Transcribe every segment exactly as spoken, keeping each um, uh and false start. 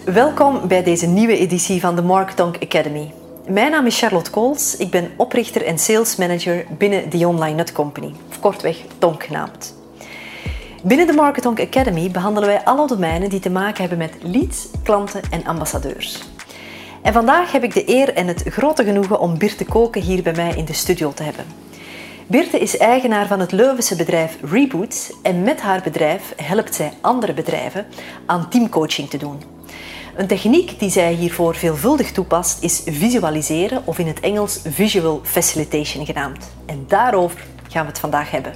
Welkom bij deze nieuwe editie van de Marketonk Academy. Mijn naam is Charlotte Kools, ik ben oprichter en sales manager binnen The Online Nut Company, of kortweg Tonk genaamd. Binnen de Marketonk Academy behandelen wij alle domeinen die te maken hebben met leads, klanten en ambassadeurs. En vandaag heb ik de eer en het grote genoegen om Birte Koken hier bij mij in de studio te hebben. Birte is eigenaar van het Leuvense bedrijf Reboot en met haar bedrijf helpt zij andere bedrijven aan teamcoaching te doen. Een techniek die zij hiervoor veelvuldig toepast is visualiseren of in het Engels visual facilitation genaamd. En daarover gaan we het vandaag hebben.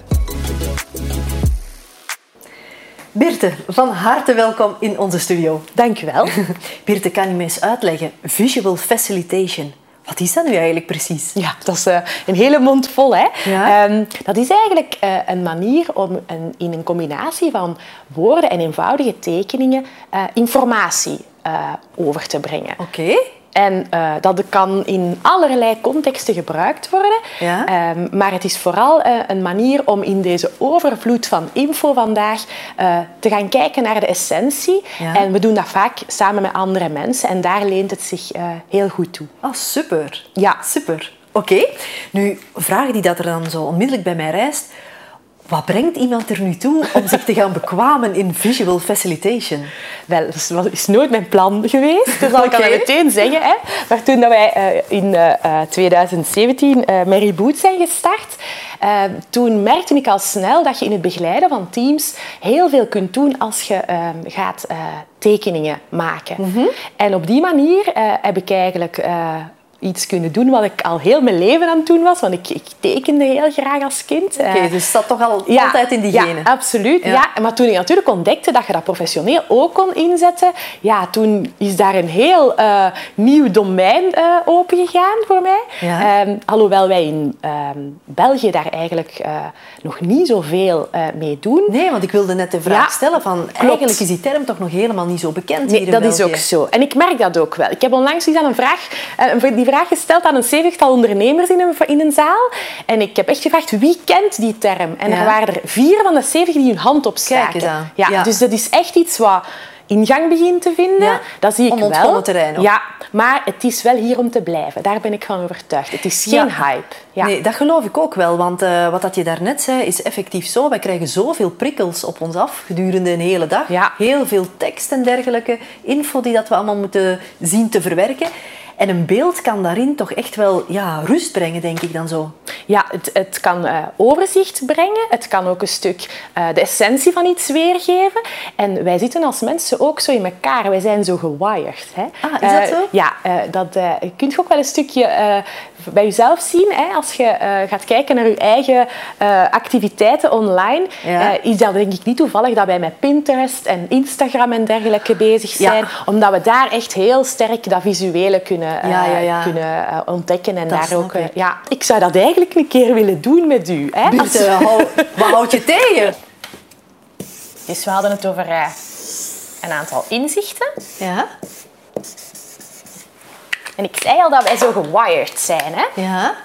Birte, van harte welkom in onze studio. Dank je wel. Birte, kan je me eens uitleggen, visual facilitation, wat is dat nu eigenlijk precies? Ja, dat is uh, een hele mond vol. Hè? Ja? Um, dat is eigenlijk uh, een manier om een, in een combinatie van woorden en eenvoudige tekeningen uh, informatie uh, over te brengen. Oké. Okay. En uh, dat kan in allerlei contexten gebruikt worden. Ja? Um, maar het is vooral uh, een manier om in deze overvloed van info vandaag uh, te gaan kijken naar de essentie. Ja? En we doen dat vaak samen met andere mensen. En daar leent het zich uh, heel goed toe. Ah, super. Ja. Super. Oké. Okay. Nu, een vraag die dat er dan zo onmiddellijk bij mij rijst. Wat brengt iemand er nu toe om zich te gaan bekwamen in visual facilitation? Wel, dat is nooit mijn plan geweest, dat zal ik okay. al meteen zeggen. Hè. Maar toen dat wij uh, in uh, twintig zeventien uh, met Reboot zijn gestart, uh, toen merkte ik al snel dat je in het begeleiden van teams heel veel kunt doen als je uh, gaat uh, tekeningen maken. Mm-hmm. En op die manier uh, heb ik eigenlijk Uh, iets kunnen doen wat ik al heel mijn leven aan het doen was. Want ik, ik tekende heel graag als kind. Oké, okay, dus dat toch al ja, altijd in die genen? Ja, absoluut. Ja. Ja. Maar toen ik natuurlijk ontdekte dat je dat professioneel ook kon inzetten, ja, toen is daar een heel uh, nieuw domein uh, opengegaan voor mij. Ja. Um, alhoewel wij in um, België daar eigenlijk uh, nog niet zoveel uh, mee doen. Nee, want ik wilde net de vraag ja, stellen van... Eigenlijk is die term toch nog helemaal niet zo bekend nee, hier in dat België. is ook zo. En ik merk dat ook wel. Ik heb onlangs eens aan een vraag... Uh, die vraag gesteld aan een zeventigtal ondernemers in een, in een zaal. En ik heb echt gevraagd, wie kent die term? En ja. er waren er vier van de zeventig die hun hand opstaken. Kijk eens aan. Ja, ja. Dus dat is echt iets wat ingang begint te vinden. Ja. Dat zie ik wel. Onontgonnen terrein ook. Ja, maar het is wel hier om te blijven. Daar ben ik van overtuigd. Het is geen ja. hype. Ja. Nee, dat geloof ik ook wel. Want uh, wat dat je daarnet zei, is effectief zo. Wij krijgen zoveel prikkels op ons af gedurende een hele dag. Ja. Heel veel tekst en dergelijke. Info die dat we allemaal moeten zien te verwerken. En een beeld kan daarin toch echt wel ja, rust brengen, denk ik dan zo. Ja, het, het kan uh, overzicht brengen. Het kan ook een stuk uh, de essentie van iets weergeven. En wij zitten als mensen ook zo in elkaar. Wij zijn zo gewired. Hè? Ah, is dat zo? Uh, ja, uh, dat uh, je kunt ook wel een stukje uh, bij jezelf zien. Hè? Als je uh, gaat kijken naar je eigen uh, activiteiten online, ja. uh, is dat denk ik niet toevallig dat wij met Pinterest en Instagram en dergelijke bezig zijn. Ja. Omdat we daar echt heel sterk dat visuele kunnen Uh, ja, ja, ja. kunnen uh, ontdekken. En dat daar ook, uh, ik. ja, ik zou dat eigenlijk een keer willen doen met u. Hè? Birte, hou, wat houd je tegen? Dus we hadden het over uh, een aantal inzichten. Ja. En ik zei al dat wij zo gewired zijn. Hè? Ja.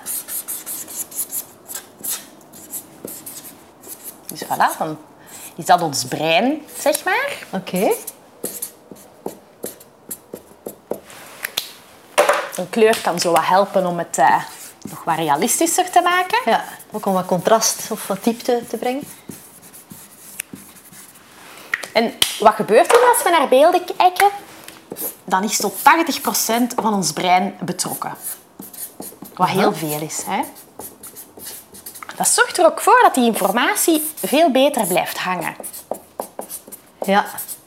Dus voilà, dan is dat ons brein, zeg maar. Oké. Okay. Een kleur kan zo wat helpen om het uh, nog wat realistischer te maken. Ja, ook om wat contrast of wat diepte te brengen. En wat gebeurt er als we naar beelden kijken? Dan is tot tachtig procent van ons brein betrokken. Wat heel veel is. Hè? Dat zorgt er ook voor dat die informatie veel beter blijft hangen. Ja.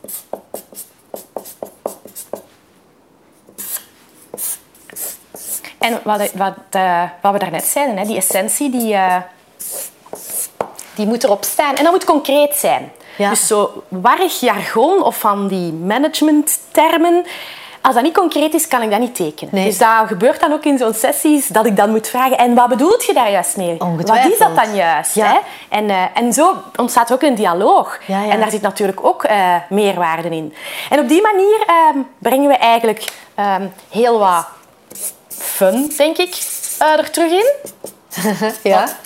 En wat, wat, uh, wat we daarnet zeiden, hè, die essentie, die, uh, die moet erop staan. En dat moet concreet zijn. Ja. Dus zo warrig jargon of van die managementtermen, als dat niet concreet is, kan ik dat niet tekenen. Nee. Dus dat gebeurt dan ook in zo'n sessies, dat ik dan moet vragen, en wat bedoelt je daar juist mee? Wat is dat dan juist? Ja. Hè? En, uh, en zo ontstaat ook een dialoog. Ja, ja. En daar zit natuurlijk ook uh, meerwaarde in. En op die manier uh, brengen we eigenlijk uh, heel wat fun, denk ik, uh, er terug in. Ja.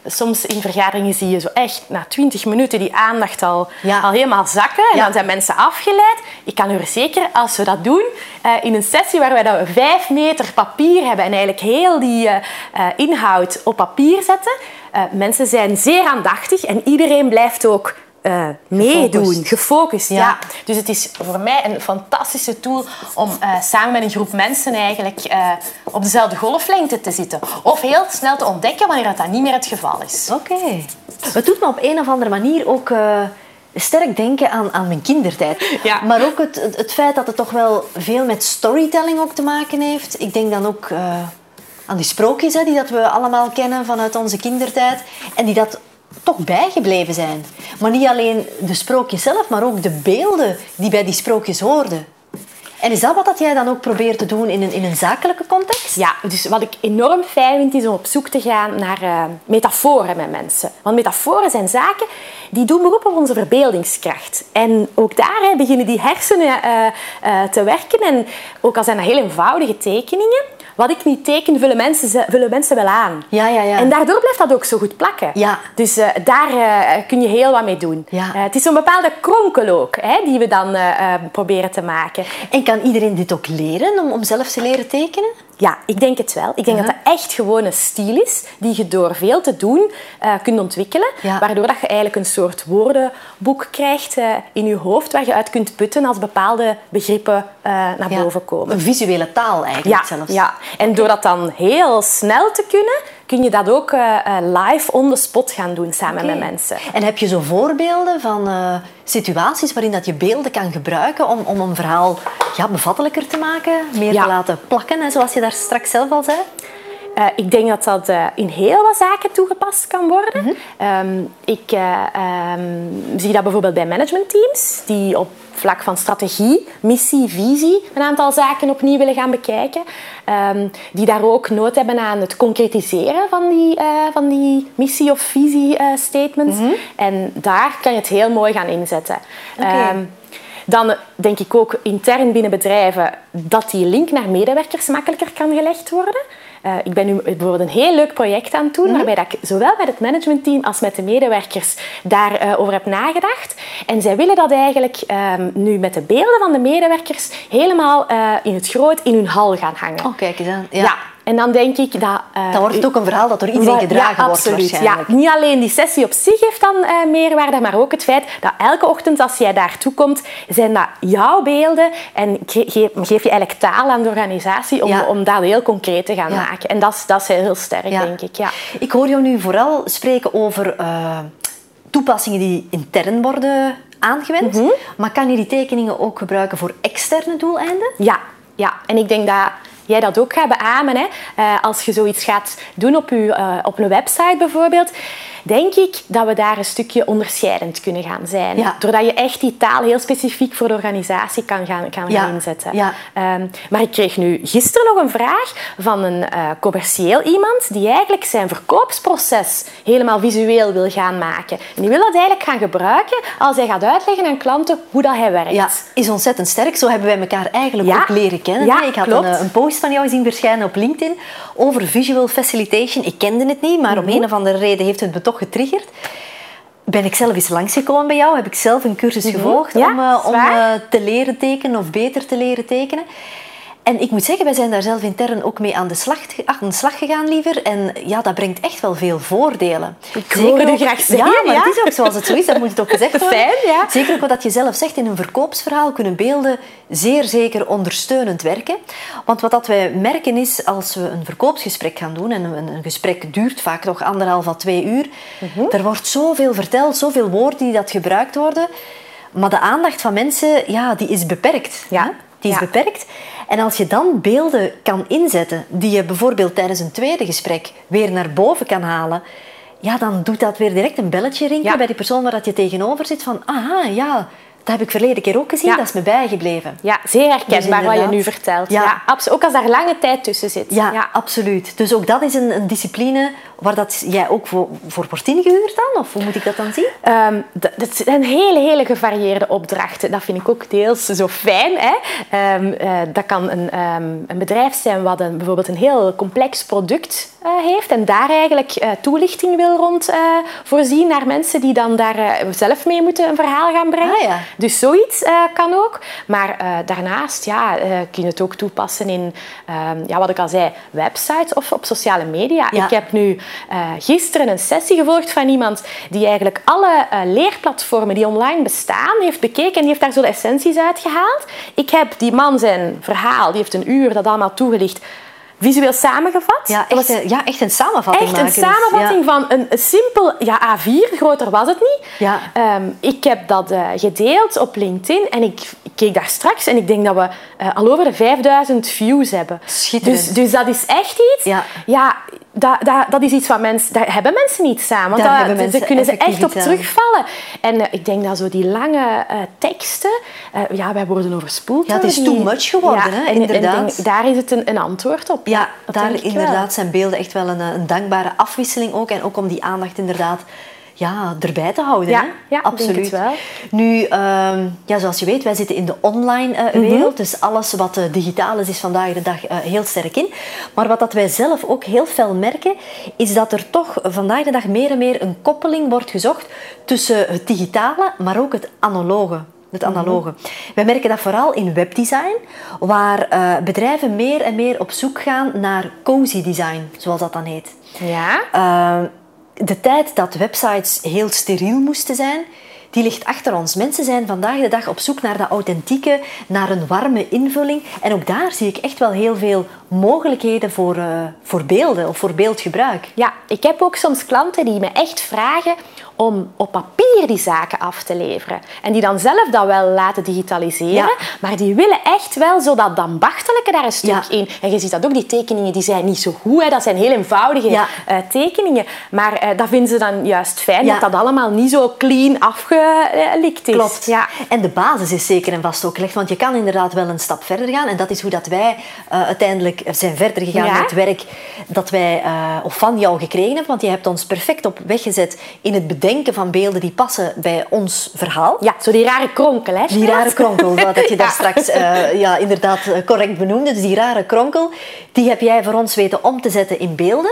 soms in vergaderingen zie je zo echt na twintig minuten die aandacht al, ja. al helemaal zakken. En ja. dan zijn mensen afgeleid. Ik kan u verzekeren, als we dat doen, uh, in een sessie waar wij dat vijf meter papier hebben en eigenlijk heel die uh, uh, inhoud op papier zetten, uh, mensen zijn zeer aandachtig en iedereen blijft ook Uh, meedoen, gefocust. gefocust ja. Ja. Dus het is voor mij een fantastische tool om uh, samen met een groep mensen eigenlijk uh, op dezelfde golflengte te zitten. Of heel snel te ontdekken wanneer dat, dat niet meer het geval is. Oké. Okay. Het doet me op een of andere manier ook uh, sterk denken aan, aan mijn kindertijd. Ja. Maar ook het, het, het feit dat het toch wel veel met storytelling ook te maken heeft. Ik denk dan ook uh, aan die sprookjes hè, die dat we allemaal kennen vanuit onze kindertijd. En die dat toch bijgebleven zijn. Maar niet alleen de sprookjes zelf, maar ook de beelden die bij die sprookjes hoorden. En is dat wat dat jij dan ook probeert te doen in een, in een zakelijke context? Ja, dus wat ik enorm fijn vind, is om op zoek te gaan naar uh, metaforen met mensen. Want metaforen zijn zaken die doen beroep op onze verbeeldingskracht. En ook daar hè, beginnen die hersenen uh, uh, te werken. En ook al zijn dat heel eenvoudige tekeningen, wat ik niet teken, vullen mensen, vullen mensen wel aan. Ja, ja, ja. En daardoor blijft dat ook zo goed plakken. Ja. Dus uh, daar uh, kun je heel wat mee doen. Ja. Uh, het is zo'n bepaalde kronkel ook, hè, die we dan uh, uh, proberen te maken. En kan iedereen dit ook leren, om, om zelf te leren tekenen? Ja, ik denk het wel. Ik denk uh-huh. dat dat echt gewoon een stijl is die je door veel te doen uh, kunt ontwikkelen. Ja. Waardoor dat je eigenlijk een soort woordenboek krijgt uh, in je hoofd waar je uit kunt putten als bepaalde begrippen uh, naar ja. boven komen. Een visuele taal eigenlijk ja, zelfs. Ja, en door dat dan heel snel te kunnen, kun je dat ook uh, live on the spot gaan doen samen okay. met mensen. En heb je zo voorbeelden van uh, situaties waarin dat je beelden kan gebruiken om, om een verhaal ja, bevattelijker te maken, meer ja. te laten plakken, hè, zoals je daar straks zelf al zei? Uh, ik denk dat dat uh, in heel wat zaken toegepast kan worden. Mm-hmm. Um, ik uh, um, zie dat bijvoorbeeld bij managementteams die op vlak van strategie, missie, visie een aantal zaken opnieuw willen gaan bekijken. Um, die daar ook nood hebben aan het concretiseren van die, uh, van die missie- of visie-statements. Uh, mm-hmm. En daar kan je het heel mooi gaan inzetten. Okay. Um, Dan denk ik ook intern binnen bedrijven dat die link naar medewerkers makkelijker kan gelegd worden. Uh, ik ben nu bijvoorbeeld een heel leuk project aan het doen, mm-hmm. waarbij ik zowel met het managementteam als met de medewerkers daarover uh, heb nagedacht. En zij willen dat eigenlijk um, nu met de beelden van de medewerkers helemaal uh, in het groot in hun hal gaan hangen. Oh, kijk eens aan. Ja. ja. En dan denk ik dat... Uh, dan wordt het ook een verhaal dat door iedereen gedragen ja, wordt waarschijnlijk. Ja, niet alleen die sessie op zich heeft dan uh, meerwaarde, maar ook het feit dat elke ochtend als jij daartoe komt, zijn dat jouw beelden en geef, geef je eigenlijk taal aan de organisatie om, ja. om dat heel concreet te gaan ja. maken. En dat is, dat is heel sterk, ja. denk ik. Ja. Ik hoor jou nu vooral spreken over uh, toepassingen die intern worden aangewend, mm-hmm. maar kan je die tekeningen ook gebruiken voor externe doeleinden? Ja, ja. En ik denk dat jij dat ook gaat beamen. Hè? Uh, als je zoiets gaat doen op, je, uh, op een website bijvoorbeeld, denk ik dat we daar een stukje onderscheidend kunnen gaan zijn. Ja. Doordat je echt die taal heel specifiek voor de organisatie kan gaan, kan ja. gaan inzetten. Ja. Um, maar ik kreeg nu gisteren nog een vraag van een uh, commercieel iemand die eigenlijk zijn verkoopsproces helemaal visueel wil gaan maken. En die wil dat eigenlijk gaan gebruiken als hij gaat uitleggen aan klanten hoe dat hij werkt. Ja, is ontzettend sterk. Zo hebben wij elkaar eigenlijk ja. ook leren kennen. Ja, ik had klopt. een, een post van jou zien verschijnen op LinkedIn over visual facilitation. Ik kende het niet, maar mm-hmm. om een of andere reden heeft het me toch getriggerd. Ben ik zelf eens langsgekomen bij jou, heb ik zelf een cursus mm-hmm. gevolgd ja, om, uh, om uh, te leren tekenen of beter te leren tekenen. En ik moet zeggen, wij zijn daar zelf intern ook mee aan de slag, aan de slag gegaan liever. En ja, dat brengt echt wel veel voordelen. Ik hoor het graag zeggen. Ja, maar ja. het is ook zoals het zo is, dat moet het ook gezegd worden. Fijn, ja. Zeker ook wat je zelf zegt, in een verkoopsverhaal kunnen beelden zeer zeker ondersteunend werken. Want wat dat wij merken is, als we een verkoopsgesprek gaan doen, en een, een gesprek duurt vaak nog anderhalf à twee uur, mm-hmm. er wordt zoveel verteld, zoveel woorden die dat gebruikt worden, maar de aandacht van mensen, ja, die is beperkt. Ja. Hè? Die is ja. beperkt. En als je dan beelden kan inzetten die je bijvoorbeeld tijdens een tweede gesprek weer naar boven kan halen, ja, dan doet dat weer direct een belletje rinkelen ja. bij die persoon waar dat je tegenover zit van, aha, ja, dat heb ik verleden keer ook gezien, ja. dat is me bijgebleven. Ja, zeer herkenbaar dus wat je nu vertelt. Ja. Ja, absoluut. Ook als daar lange tijd tussen zit. Ja, ja. absoluut. Dus ook dat is een, een discipline waar dat jij ook voor, voor wordt ingehuurd dan? Of hoe moet ik dat dan zien? Um, dat, dat zijn hele, hele gevarieerde opdrachten. Dat vind ik ook deels zo fijn. Hè? Um, uh, dat kan een, um, een bedrijf zijn wat een, bijvoorbeeld een heel complex product uh, heeft en daar eigenlijk uh, toelichting wil rond uh, voorzien naar mensen die dan daar uh, zelf mee moeten een verhaal gaan brengen. Ah, ja. Dus zoiets uh, kan ook. Maar uh, daarnaast ja, uh, kun je het ook toepassen in, um, ja, wat ik al zei, websites of op sociale media. Ja. Ik heb nu uh, gisteren een sessie gevolgd van iemand die eigenlijk alle uh, leerplatformen die online bestaan heeft bekeken en die heeft daar zo de essenties uitgehaald. Ik heb die man zijn verhaal, die heeft een uur dat allemaal toegelicht, visueel samengevat. Ja, echt, een, ja, echt een samenvatting Echt maken. een samenvatting dus, ja. van een, een simpel ja, A vier, groter was het niet. Ja. Um, ik heb dat uh, gedeeld op LinkedIn en ik, ik keek daar straks en ik denk dat we uh, al over de vijfduizend views hebben. Schitterend. Dus, dus dat is echt iets. Ja. Ja, dat, dat, dat is iets wat mensen... Daar hebben mensen niet aan. Want Daar dat, hebben mensen daar kunnen ze echt op aan. terugvallen. En uh, ik denk dat zo die lange uh, teksten... Uh, ja, wij worden overspoeld. Ja, het is die, too much geworden, ja, hè, en, inderdaad. En denk, daar is het een, een antwoord op. Ja, dat daar denk ik inderdaad wel. zijn beelden echt wel een, een dankbare afwisseling ook. En ook om die aandacht inderdaad ja, erbij te houden. Ja, hè? ja, absoluut. denk het wel. Nu, uh, ja, zoals je weet, wij zitten in de online uh, Mm-hmm. wereld. Dus alles wat uh, digitaal is, is vandaag de dag uh, heel sterk in. Maar wat dat wij zelf ook heel fel merken, is dat er toch vandaag de dag meer en meer een koppeling wordt gezocht tussen het digitale, maar ook het analoge. Het analoge. Mm-hmm. Wij merken dat vooral in webdesign, waar uh, bedrijven meer en meer op zoek gaan naar cozy design, zoals dat dan heet. Ja. Uh, de tijd dat websites heel steriel moesten zijn, die ligt achter ons. Mensen zijn vandaag de dag op zoek naar dat authentieke, naar een warme invulling. En ook daar zie ik echt wel heel veel mogelijkheden voor, uh, voor beelden of voor beeldgebruik. Ja, ik heb ook soms klanten die me echt vragen om op papier die zaken af te leveren. En die dan zelf dat wel laten digitaliseren. Ja. Maar die willen echt wel zo dat ambachtelijke daar een stuk ja. in. En je ziet dat ook, die tekeningen die zijn niet zo goed. Hè. Dat zijn heel eenvoudige ja. uh, tekeningen. Maar uh, dat vinden ze dan juist fijn, ja. dat dat allemaal niet zo clean afgelikt is. Klopt. Ja. En de basis is zeker en vast ook gelegd. Want je kan inderdaad wel een stap verder gaan. En dat is hoe dat wij uh, uiteindelijk zijn verder gegaan ja. met het werk dat wij uh, of van jou gekregen hebben. Want je hebt ons perfect op weg gezet in het bedenken van beelden die passen bij ons verhaal. Ja, zo die rare kronkel, hè? Die rare kronkel, wat je daar ja. straks uh, ja, inderdaad correct benoemde. Dus die rare kronkel, die heb jij voor ons weten om te zetten in beelden.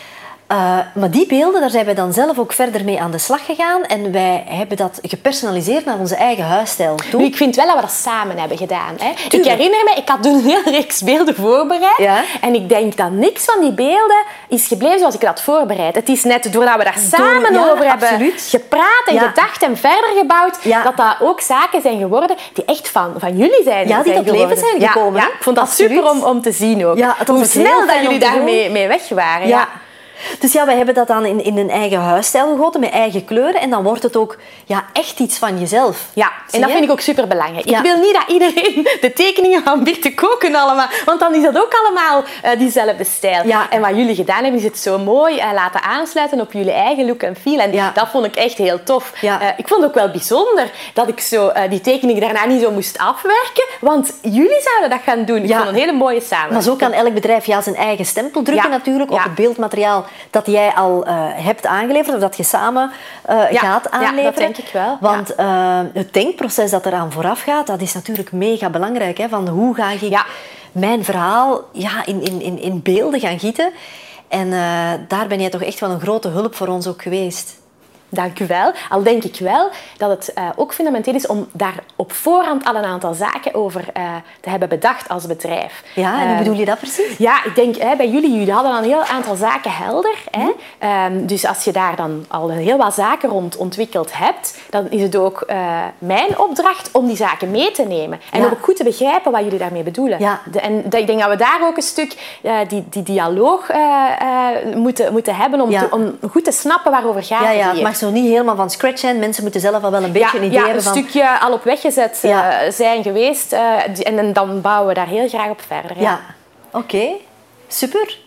Uh, maar die beelden, daar zijn wij dan zelf ook verder mee aan de slag gegaan. En wij hebben dat gepersonaliseerd naar onze eigen huisstijl toe. Nu, ik vind wel dat we dat samen hebben gedaan. Hè? Ik herinner me, ik had toen een hele reeks beelden voorbereid. Ja. En ik denk dat niks van die beelden is gebleven zoals ik dat had voorbereid. Het is net doordat we daar samen Door, ja, over hebben absoluut. gepraat en ja. gedacht en verder gebouwd, ja. dat dat ook zaken zijn geworden die echt van, van jullie zijn Ja, die zijn tot leven zijn gekomen. Ja, ja. Ik vond dat absoluut. super om, om te zien ook. Ja, hoe snel dat jullie daarmee mee weg waren. Ja. Ja. Dus ja, wij hebben dat dan in, in een eigen huisstijl gegoten, met eigen kleuren. En dan wordt het ook ja, echt iets van jezelf. Ja, en dat vind ik ook super belangrijk. Ja. Ik wil niet dat iedereen de tekeningen van Birte koken allemaal. Want dan is dat ook allemaal uh, diezelfde stijl. Ja. En wat jullie gedaan hebben, is het zo mooi uh, laten aansluiten op jullie eigen look en feel. En ja. dat vond ik echt heel tof. Ja. Uh, ik vond het ook wel bijzonder dat ik zo, uh, die tekening daarna niet zo moest afwerken. Want jullie zouden dat gaan doen. Ik ja. vond het een hele mooie samenwerking. Maar zo kan elk bedrijf ja, zijn eigen stempel drukken ja. natuurlijk op ja. het beeldmateriaal dat jij al uh, hebt aangeleverd, of dat je samen uh, ja, gaat aanleveren. Ja, dat denk ik wel. Want uh, het denkproces dat eraan vooraf gaat, dat is natuurlijk mega belangrijk. Hè? Van hoe ga ik ja. mijn verhaal ja, in, in, in, in beelden gaan gieten? En uh, daar ben jij toch echt wel een grote hulp voor ons ook geweest. Dank u wel. Al denk ik wel dat het uh, ook fundamenteel is om daar op voorhand al een aantal zaken over uh, te hebben bedacht als bedrijf. Ja, en hoe uh, bedoel je dat precies? Ja, ik denk hè, bij jullie, jullie hadden al een heel aantal zaken helder. Mm. Hè? Um, dus als je daar dan al heel wat zaken rond ontwikkeld hebt, dan is het ook uh, mijn opdracht om die zaken mee te nemen. En ja. ook goed te begrijpen wat jullie daarmee bedoelen. Ja. De, en de, ik denk dat we daar ook een stuk uh, die, die dialoog uh, uh, moeten, moeten hebben om, ja. te, om goed te snappen waarover gaat ja, ja, het hier. Zo niet helemaal van scratch zijn. Mensen moeten zelf al wel een beetje ja, een idee ja, hebben van... een stukje al op weg gezet ja. uh, zijn geweest. Uh, en dan bouwen we daar heel graag op verder. Ja, ja. Oké. Okay. Super.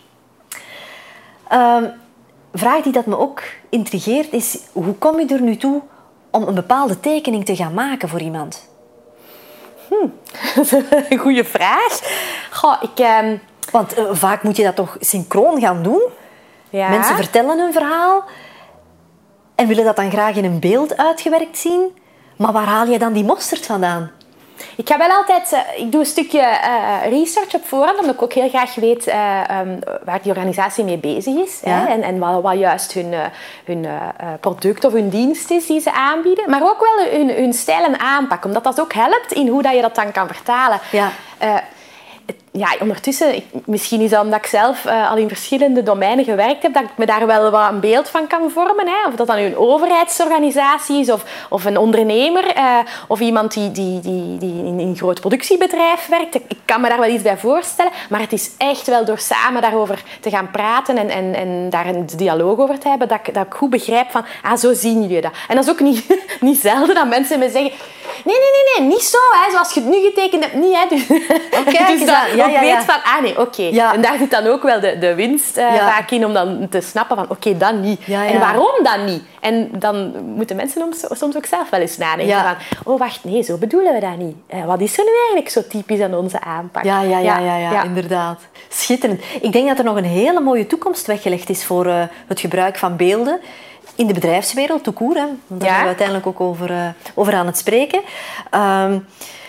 Um, vraag die dat me ook intrigeert is... Hoe kom je er nu toe om een bepaalde tekening te gaan maken voor iemand? Hm. Een goede vraag. Goh, ik... Um... Want uh, vaak moet je dat toch synchroon gaan doen? Ja. Mensen vertellen een verhaal en willen dat dan graag in een beeld uitgewerkt zien. Maar waar haal je dan die mosterd vandaan? Ik ga wel altijd... Uh, ik doe een stukje uh, research op voorhand, omdat ik ook heel graag weet uh, um, waar die organisatie mee bezig is. Ja. Hè, en en wat, wat juist hun, uh, hun uh, product of hun dienst is die ze aanbieden. Maar ook wel hun, hun stijl en aanpak, omdat dat ook helpt in hoe dat je dat dan kan vertalen. Ja. Uh, Ja, ondertussen, ik, misschien is dat omdat ik zelf uh, al in verschillende domeinen gewerkt heb, dat ik me daar wel wat een beeld van kan vormen. Hè. Of dat dan een overheidsorganisatie is, of, of een ondernemer, uh, of iemand die, die, die, die in een groot productiebedrijf werkt. Ik, ik kan me daar wel iets bij voorstellen, maar het is echt wel door samen daarover te gaan praten en, en, en daar een dialoog over te hebben, dat ik, dat ik goed begrijp van, ah, zo zien jullie dat. En dat is ook niet, niet zelden dat mensen me zeggen, nee, nee, nee, nee, niet zo, hè, zoals je het nu getekend hebt, niet. Hè. Dus, okay, dus dat ja, ook ja, ja. weet van, ah nee, oké. Okay. Ja. En daar zit dan ook wel de, de winst uh, ja. vaak in om dan te snappen van, oké, okay, dat niet. Ja, ja. En waarom dan niet? En dan moeten mensen soms, soms ook zelf wel eens nadenken ja. van, oh wacht, nee, zo bedoelen we dat niet. Uh, wat is er nu eigenlijk zo typisch aan onze aanpak? Ja, ja, ja, ja, ja, ja. inderdaad. Schitterend. Ik denk dat er nog een hele mooie toekomst weggelegd is voor uh, het gebruik van beelden. In de bedrijfswereld, tout court, hè. Daar ja. zijn we uiteindelijk ook over, uh, over aan het spreken. Um,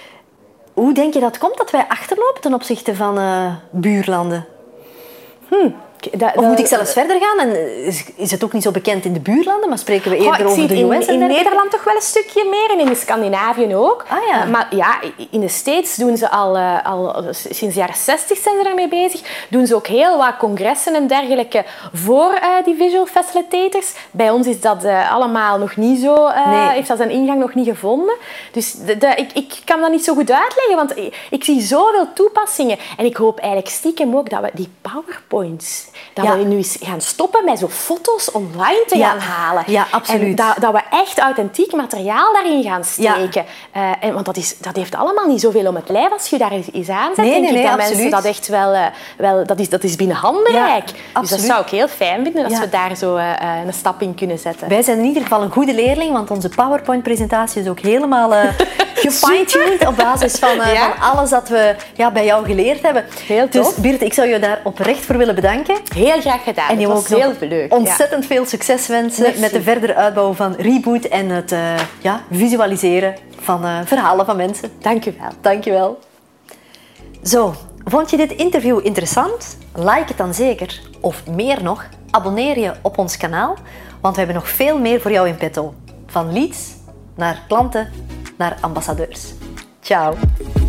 hoe denk je dat komt dat wij achterlopen ten opzichte van uh, buurlanden? Hm. Dat, of moet ik zelfs verder gaan? En is, is het ook niet zo bekend in de buurlanden, maar spreken we eerder Goh, over de in, U S? In, in Nederland toch wel een stukje meer en in Scandinavië ook. Ah, ja. Uh, maar ja, in de States doen ze al, uh, al sinds de jaren zestig zijn ze daarmee bezig. Doen ze ook heel wat congressen en dergelijke voor uh, die visual facilitators. Bij ons is dat uh, allemaal nog niet zo, uh, nee. heeft dat zijn ingang nog niet gevonden. Dus de, de, ik, ik kan dat niet zo goed uitleggen, want ik, ik zie zoveel toepassingen. En ik hoop eigenlijk stiekem ook dat we die PowerPoints, dat ja. we nu eens gaan stoppen met zo foto's online te ja. gaan halen. Ja, absoluut. En dat, dat we echt authentiek materiaal daarin gaan steken. Ja. Uh, en, want dat, is, dat heeft allemaal niet zoveel om het lijf als je daar eens aanzet. Nee, denk nee, ik nee, dat absoluut. mensen dat echt wel... Uh, wel dat, is, dat is binnen handbereik. Ja, dus dat zou ik heel fijn vinden als ja. we daar zo uh, een stap in kunnen zetten. Wij zijn in ieder geval een goede leerling, want onze PowerPoint-presentatie is ook helemaal uh, gefine-tuned op basis van, uh, ja? van alles dat we ja, bij jou geleerd hebben. Heel tof. Dus Birte, ik zou je daar oprecht voor willen bedanken. Heel graag gedaan. En je was ook heel leuk. Ontzettend ja. veel succes wensen Merci. met de verdere uitbouw van Reboot en het uh, ja, visualiseren van uh, verhalen van mensen. Dank u wel. Dank je wel. Zo, vond je dit interview interessant? Like het dan zeker. Of meer nog, abonneer je op ons kanaal, want we hebben nog veel meer voor jou in petto. Van leads naar klanten naar ambassadeurs. Ciao.